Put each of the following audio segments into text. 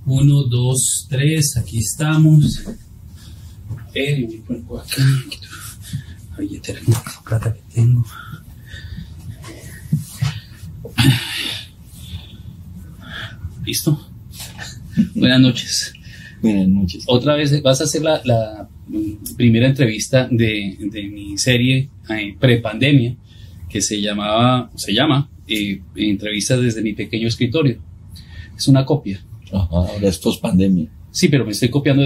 Uno, dos, tres, aquí estamos. Me pongo acá. La billetera con la plata que tengo. ¿Listo? Buenas noches. Buenas noches. Otra vez vas a hacer la primera entrevista de mi serie prepandemia, que se llama Entrevistas desde mi pequeño escritorio. Es una copia. Ajá, ahora es post-pandemia. Sí, pero me estoy copiando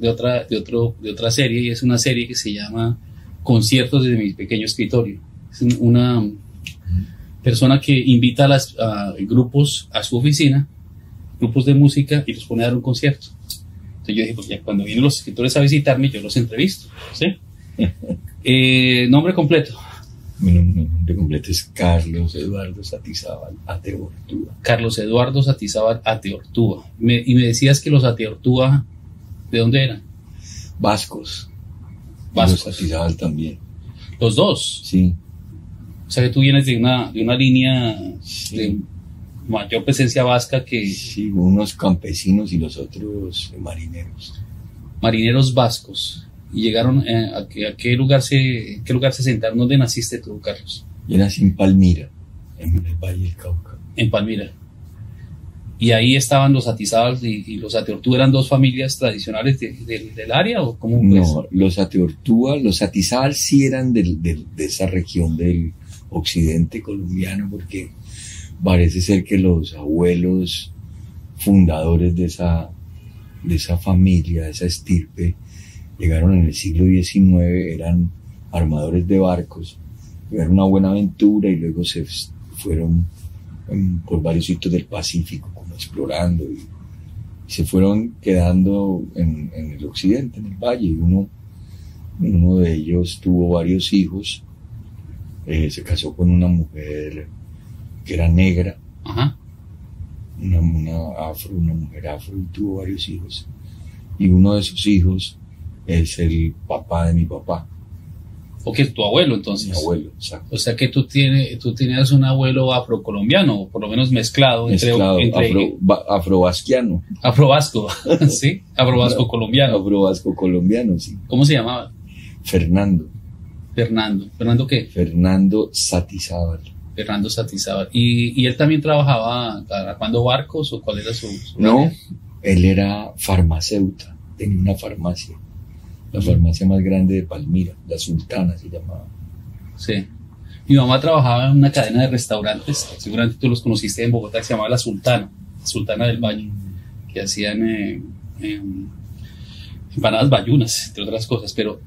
de otra serie, y es una serie que se llama Conciertos desde mi pequeño escritorio. Es una persona que invita a grupos a su oficina, grupos de música, y los pone a dar un concierto. Entonces yo dije, pues ya cuando vienen los escritores a visitarme, yo los entrevisto, ¿sí? Nombre completo. Mi nombre completo es Carlos Eduardo Satizábal Ateortúa. Carlos Eduardo Satizábal Ateortúa. Y me decías que los Ateortúa, ¿de dónde eran? Vascos. Vascos. Los Satizábal también. ¿Los dos? Sí. O sea que tú vienes de una línea Sí. de mayor presencia vasca que Sí, unos campesinos y los otros marineros. marineros vascos. Y llegaron a qué lugar se sentaron. ¿Dónde naciste tú, Carlos? Yo nací en Palmira, en el Valle del Cauca. En Palmira. Y ahí estaban los Atizábal y los Ateortúa. ¿Eran dos familias tradicionales del área o cómo? No, los Ateortúa, los Satizábal sí eran de esa región del occidente colombiano, porque parece ser que los abuelos fundadores de esa familia, de esa estirpe, llegaron en el siglo XIX, eran armadores de barcos, era una buena aventura, y luego se fueron por varios sitios del Pacífico, como explorando, y se fueron quedando en el occidente, en el valle, y uno de ellos tuvo varios hijos, se casó con una mujer que era negra. Ajá. una mujer afro, y tuvo varios hijos, y uno de sus hijos es el papá de mi papá. ¿O que tu abuelo, entonces? Mi abuelo, exacto. O sea que tú tenías un abuelo afrocolombiano, o por lo menos mezclado Afrovasquiano. Afrovasco, ¿sí? Afrovasco colombiano. Afrovasco colombiano, sí. ¿Cómo se llamaba? Fernando. Fernando. ¿Fernando qué? Fernando Satizábal. Fernando Satizábal. ¿Y él también trabajaba atrapando barcos, o cuál era su No, área? él era farmacéutico, tenía una farmacia, la farmacia más grande de Palmira, la Sultana se llamaba. Sí. Mi mamá trabajaba en una cadena de restaurantes, seguramente tú los conociste en Bogotá, que se llamaba La Sultana del Valle, que hacían empanadas bayunas, entre otras cosas. Pero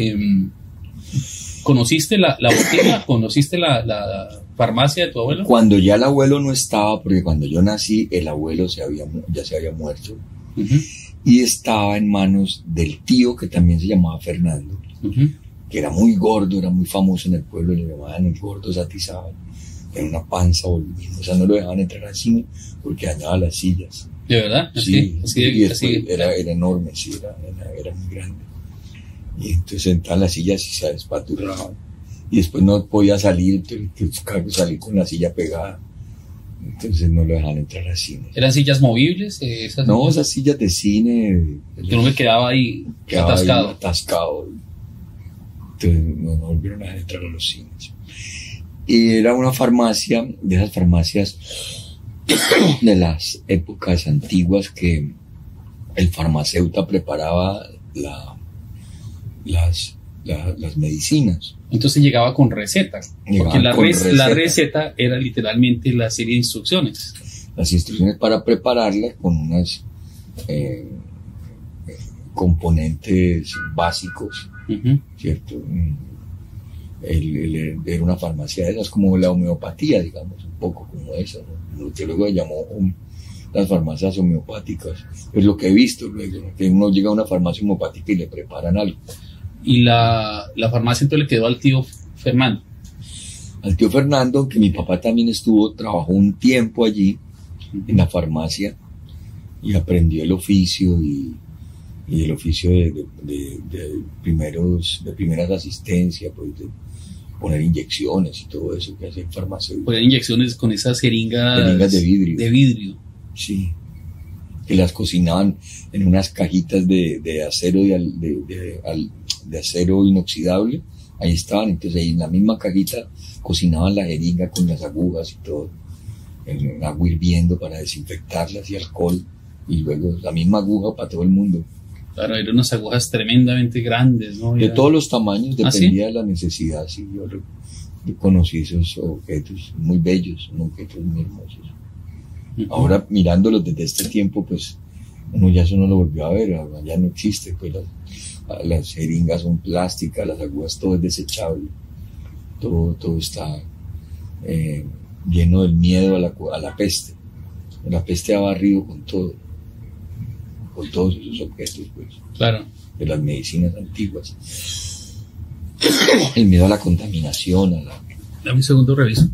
¿conociste la botica? ¿Conociste la farmacia de tu abuelo? Cuando ya el abuelo no estaba, porque cuando yo nací el abuelo ya se había muerto, Uh-huh. y estaba en manos del tío, que también se llamaba Fernando, Uh-huh. que era muy gordo, era muy famoso en el pueblo, le llamaban el gordo Satizábal, era una panza voluminosa, no lo dejaban entrar al cine porque dañaba las sillas. ¿De verdad? Sí, y después así. era enorme, sí, era muy grande. Y entonces sentaban las sillas y se despaturraban. Y después no podía salir, salir con la silla pegada. Entonces no lo dejaban entrar al cine. ¿Eran sillas movibles? No, sillas? esas sillas de cine. Yo no me quedaba ahí atascado. Atascado. Entonces no volvieron a entrar a los cines. Y era una farmacia, de esas farmacias de las épocas antiguas, que el farmacéutico preparaba las medicinas. Entonces llegaba con recetas, porque la receta era literalmente la serie de instrucciones. Las instrucciones para prepararla con unos componentes básicos, Uh-huh. ¿cierto? Era una farmacia de esas, como la homeopatía, digamos, un poco como esa, ¿no? Lo que luego llamó las farmacias homeopáticas. Es lo que he visto luego, ¿no? Que uno llega a una farmacia homeopática y le preparan algo. Y la farmacia entonces le quedó al tío Fernando. Al tío Fernando, que mi papá también trabajó un tiempo allí, en la farmacia, y aprendió el oficio y el oficio de primeras asistencias, pues, de poner inyecciones y todo eso que hace el farmacéutico. Poner inyecciones con esas jeringas de vidrio. De vidrio. Sí. que las cocinaban en unas cajitas de acero de acero inoxidable. Ahí estaban, entonces ahí en la misma cajita cocinaban la jeringa con las agujas y todo, en agua hirviendo para desinfectarlas y alcohol, y luego la misma aguja para todo el mundo. Claro, eran unas agujas tremendamente grandes, ¿no? De todos los tamaños, ¿Ah, sí? dependía de la necesidad. Sí, yo conocí esos objetos muy bellos, son objetos muy hermosos. Ahora, mirándolos desde este tiempo, pues uno ya eso no lo volvió a ver, ahora ya no existe, pues las jeringas son plásticas, las agujas, todo es desechable, todo está lleno del miedo a la peste. La peste ha barrido con todos esos objetos, pues, claro, de las medicinas antiguas. El miedo a la contaminación, Dame un segundo, reviso.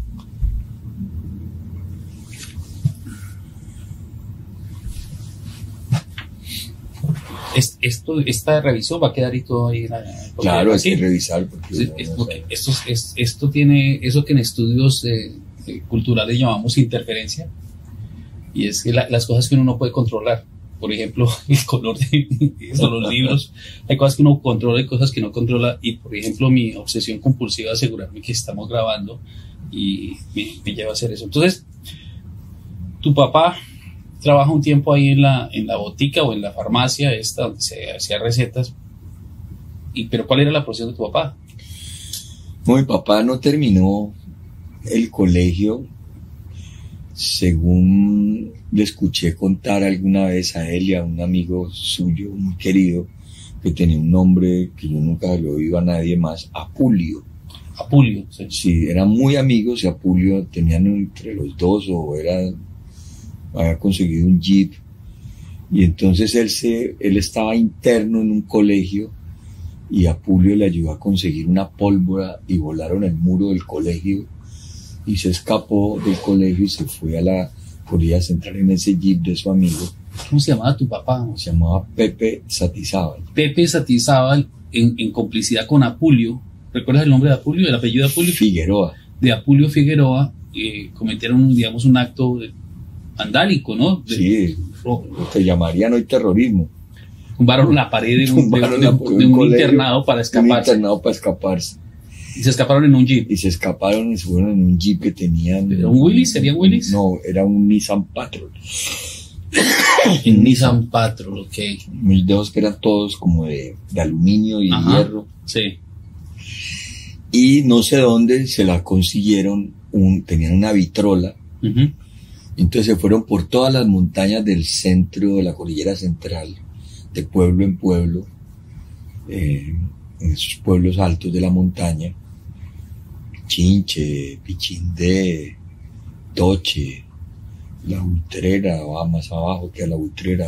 Esta revisión va a quedar y todo ahí. Claro, hay que revisar. Porque esto tiene eso que en estudios culturales llamamos interferencia, y es que las cosas que uno no puede controlar. Por ejemplo, el color de los libros. Hay cosas que uno controla y cosas que no controla. Y, por ejemplo, mi obsesión compulsiva de asegurarme que estamos grabando y me lleva a hacer eso. Entonces, tu papá trabaja un tiempo ahí en la botica o en la farmacia esta donde se hacía recetas. Pero ¿cuál era la profesión de tu papá? No, mi papá no terminó el colegio, según le escuché contar alguna vez a él y a un amigo suyo muy querido, que tenía un nombre que yo nunca lo he oído a nadie más, Apulio. Apulio, sí. Sí, eran muy amigos y Apulio tenían entre los dos, había conseguido un jeep, y entonces él estaba interno en un colegio y Apulio le ayudó a conseguir una pólvora y volaron el muro del colegio y se escapó del colegio y se fue a la Florida Central en ese jeep de su amigo. ¿Cómo se llamaba tu papá? Se llamaba Pepe Satizábal. Pepe Satizábal, en complicidad con Apulio. ¿Recuerdas el nombre de Apulio, el apellido de Apulio? Figueroa. De Apulio Figueroa, cometieron, digamos, un acto vandálico, ¿no? Sí, lo que llamarían hoy terrorismo. Tumbaron la pared de un internado para escaparse. Un internado para escaparse. Y se escaparon en un jeep. Y se escaparon y se fueron en un jeep que tenían. ¿Era un Willys? ¿Sería un Willys? No, era un Nissan Patrol. Un Nissan Patrol, ok. Mis dedos que eran todos como de aluminio y hierro. Sí. Y no sé dónde se la consiguieron, tenían una vitrola. Entonces se fueron por todas las montañas del centro de la cordillera central, de pueblo en pueblo, en esos pueblos altos de la montaña, Chinche, Pichindé, Toche, La Utrera, va más abajo que a La Utrera,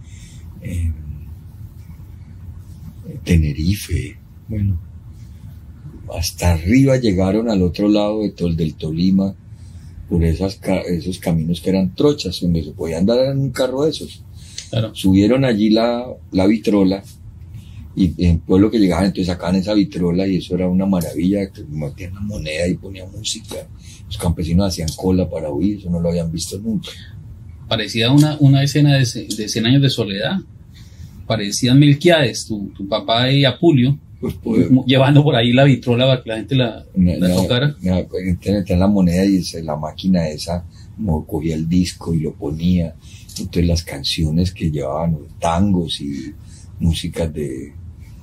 Tenerife, bueno, hasta arriba llegaron al otro lado del Tolima, por esos caminos que eran trochas, donde se podía andar en un carro de esos. Claro. Subieron allí la vitrola, y en el pueblo que llegaban, entonces sacaban esa vitrola, y eso era una maravilla, que metían una moneda y ponían música. Los campesinos hacían cola para oír, eso no lo habían visto nunca. Parecía una escena de 100 años de soledad. Parecían Melquiades, tu papá y Apulio, pues, llevando por ahí la vitrola para que la gente la tocara. Metían la moneda y la máquina esa cogía el disco y lo ponía. Entonces las canciones que llevaban, tangos y músicas de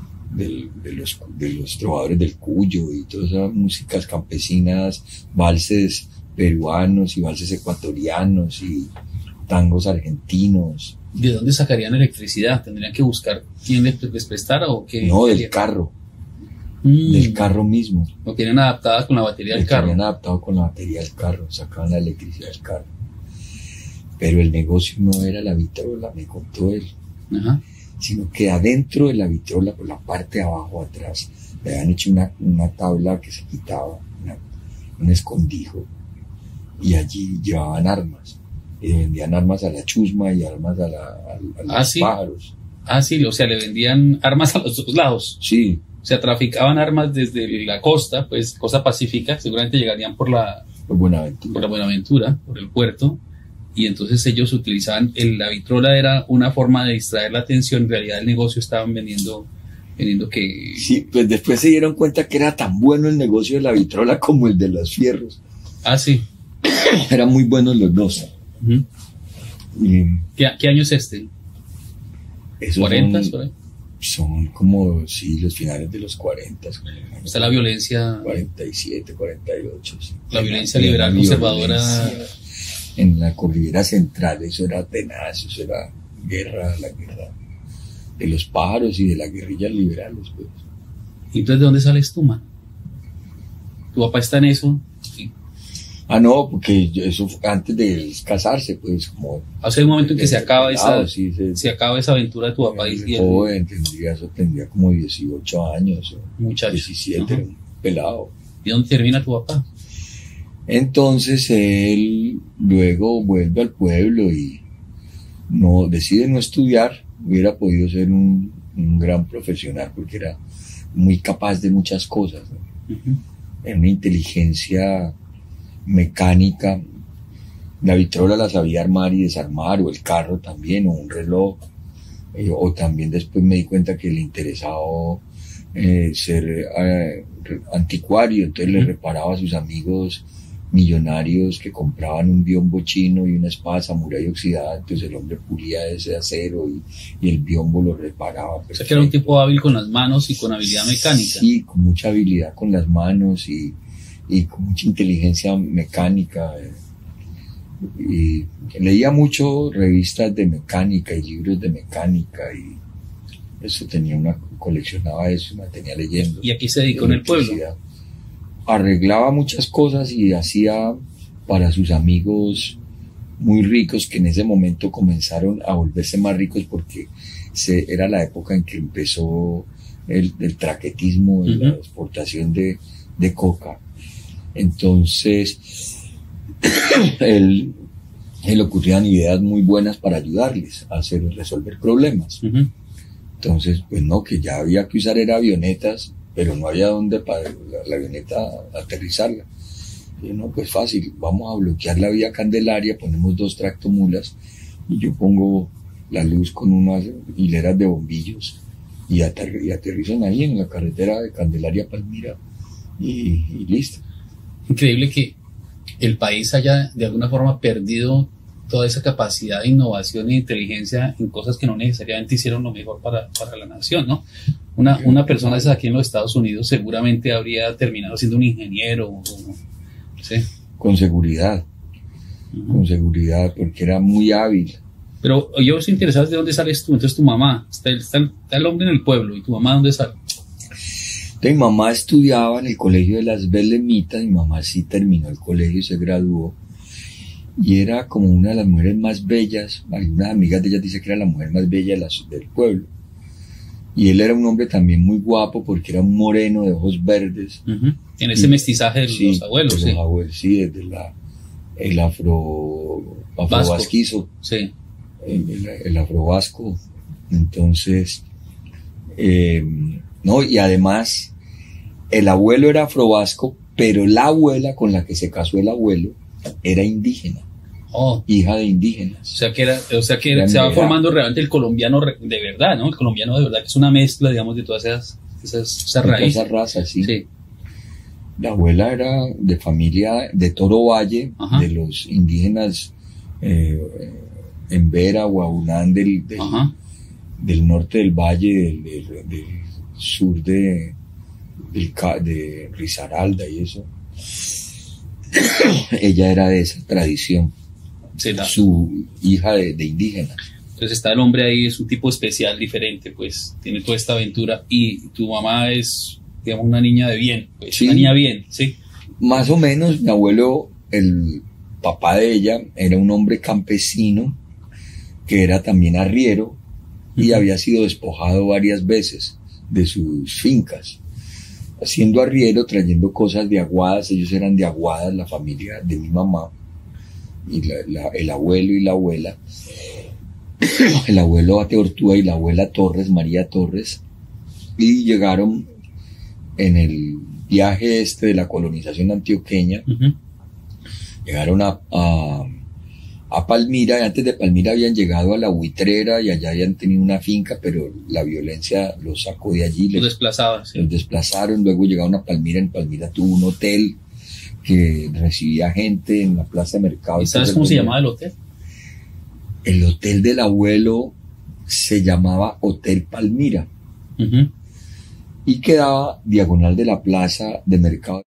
los trovadores del Cuyo y todas esas músicas campesinas, valses peruanos y valses ecuatorianos y tangos argentinos. ¿De dónde sacarían electricidad? ¿Tendrían que buscar quién les prestara o qué? No, del carro. Del carro mismo. Lo tienen adaptada con la batería del carro. Lo tenían adaptado con la batería del carro, sacaban la electricidad del carro. Pero el negocio no era la vitrola, me contó él. Ajá. Sino que adentro de la vitrola, por la parte de abajo, atrás, le habían hecho una tabla que se quitaba, un escondijo, y allí llevaban armas. Y vendían armas a la chusma y armas a los pájaros. Ah, sí, o sea, le vendían armas a los dos lados. Sí. O sea, traficaban armas desde la costa, pues, costa pacífica, seguramente llegarían por la Buenaventura. Por la Buenaventura, por el puerto, y entonces ellos utilizaban, la vitrola era una forma de distraer la atención, en realidad el negocio estaban vendiendo que... Sí, pues después se dieron cuenta que era tan bueno el negocio de la vitrola como el de los fierros. Ah, sí. Eran muy buenos los dos. Uh-huh. Y ¿Qué año es este? esos ¿40 por ahí? son como, sí, los finales de los 40. Está la violencia... 47, 48. Sí. La violencia liberal conservadora... En la cordillera central, eso era tenaz, eso era la guerra de los pájaros y de las guerrillas liberales, pues. ¿Y entonces de dónde sales tú, man? ¿Tu papá está en eso? Sí. Ah, no, porque eso fue antes de casarse, pues, como... Hace un momento en que se acaba sí, se acaba esa aventura de tu papá. Joven, tendría como 18 años, o muchacho. 17, era un pelado. ¿Y dónde termina tu papá? Entonces él luego vuelve al pueblo y decide no estudiar. Hubiera podido ser un gran profesional porque era muy capaz de muchas cosas, ¿no? Uh-huh. Era una inteligencia mecánica. La vitrola la sabía armar y desarmar, o el carro también, o un reloj. O también después me di cuenta que le interesaba ser anticuario, entonces le reparaba a sus amigos millonarios que compraban un biombo chino y una espada samurái oxidada, entonces el hombre pulía ese acero y el biombo lo reparaba. O sea que era un tipo hábil con las manos y con habilidad mecánica. Sí, con mucha habilidad con las manos y con mucha inteligencia mecánica. Y leía mucho revistas de mecánica y libros de mecánica y eso coleccionaba eso, me tenía leyendo. ¿Y aquí se dedicó en el pueblo? Arreglaba muchas cosas y hacía para sus amigos muy ricos que en ese momento comenzaron a volverse más ricos porque era la época en que empezó el traquetismo, uh-huh, la exportación de coca. Entonces él le ocurrían ideas muy buenas para ayudarles a resolver problemas. Uh-huh. Entonces, pues no, que ya había que usar avionetas, pero no había dónde para la avioneta aterrizarla. Y no, pues fácil, vamos a bloquear la vía Candelaria, ponemos 2 tractomulas y yo pongo la luz con unas hileras de bombillos y aterrizan ahí en la carretera de Candelaria a Palmira y listo. Increíble que el país haya de alguna forma perdido toda esa capacidad de innovación e inteligencia en cosas que no necesariamente hicieron lo mejor para la nación, ¿no? Una persona esa aquí en los Estados Unidos seguramente habría terminado siendo un ingeniero, ¿sí? Con seguridad, uh-huh, con seguridad, porque era muy hábil. Pero yo estoy interesado de dónde sales tú. Entonces tu mamá, está el hombre en el pueblo, ¿y tu mamá dónde sale? Entonces, mi mamá estudiaba en el colegio de las Belemitas, mi mamá sí terminó el colegio y se graduó, y era como una de las mujeres más bellas, algunas amigas de ella dicen que era la mujer más bella del pueblo, y él era un hombre también muy guapo porque era un moreno de ojos verdes. Uh-huh. En ese mestizaje de los abuelos. De los abuelos, sí, desde el afrovasquizo, sí, el afrovasco. Entonces, no, y además el abuelo era afrovasco, pero la abuela con la que se casó el abuelo era indígena. Oh. Hija de indígenas. O sea que se va formando realmente el colombiano de verdad, ¿no? El colombiano de verdad, que es una mezcla, digamos, de todas esas raíces. Esas razas, sí. La abuela era de familia de Toro Valle, ajá, de los indígenas Embera, Guaunán del norte del valle, del sur de Risaralda y eso. Ella era de esa tradición. Sí, su hija de indígenas. Entonces está el hombre ahí, es un tipo especial, diferente, pues tiene toda esta aventura, y tu mamá es, digamos, una niña de bien, pues, sí, una niña bien, ¿sí? Más o menos. Mi abuelo, el papá de ella, era un hombre campesino que era también arriero, uh-huh, y había sido despojado varias veces de sus fincas, haciendo arriero, trayendo cosas de Aguadas. Ellos eran de Aguadas, la familia de mi mamá, y el abuelo y la abuela, el abuelo Ateortúa y la abuela Torres, María Torres, y llegaron en el viaje de la colonización antioqueña, uh-huh, llegaron a a Palmira, y antes de Palmira habían llegado a La Buitrera y allá habían tenido una finca, pero la violencia los sacó de allí. Los desplazaba. Sí. Los desplazaron, luego llegaron a Palmira, en Palmira tuvo un hotel que recibía gente en la plaza de mercado. ¿Y sabes cómo se llamaba el hotel? El hotel del abuelo se llamaba Hotel Palmira. Uh-huh. Y quedaba diagonal de la plaza de mercado.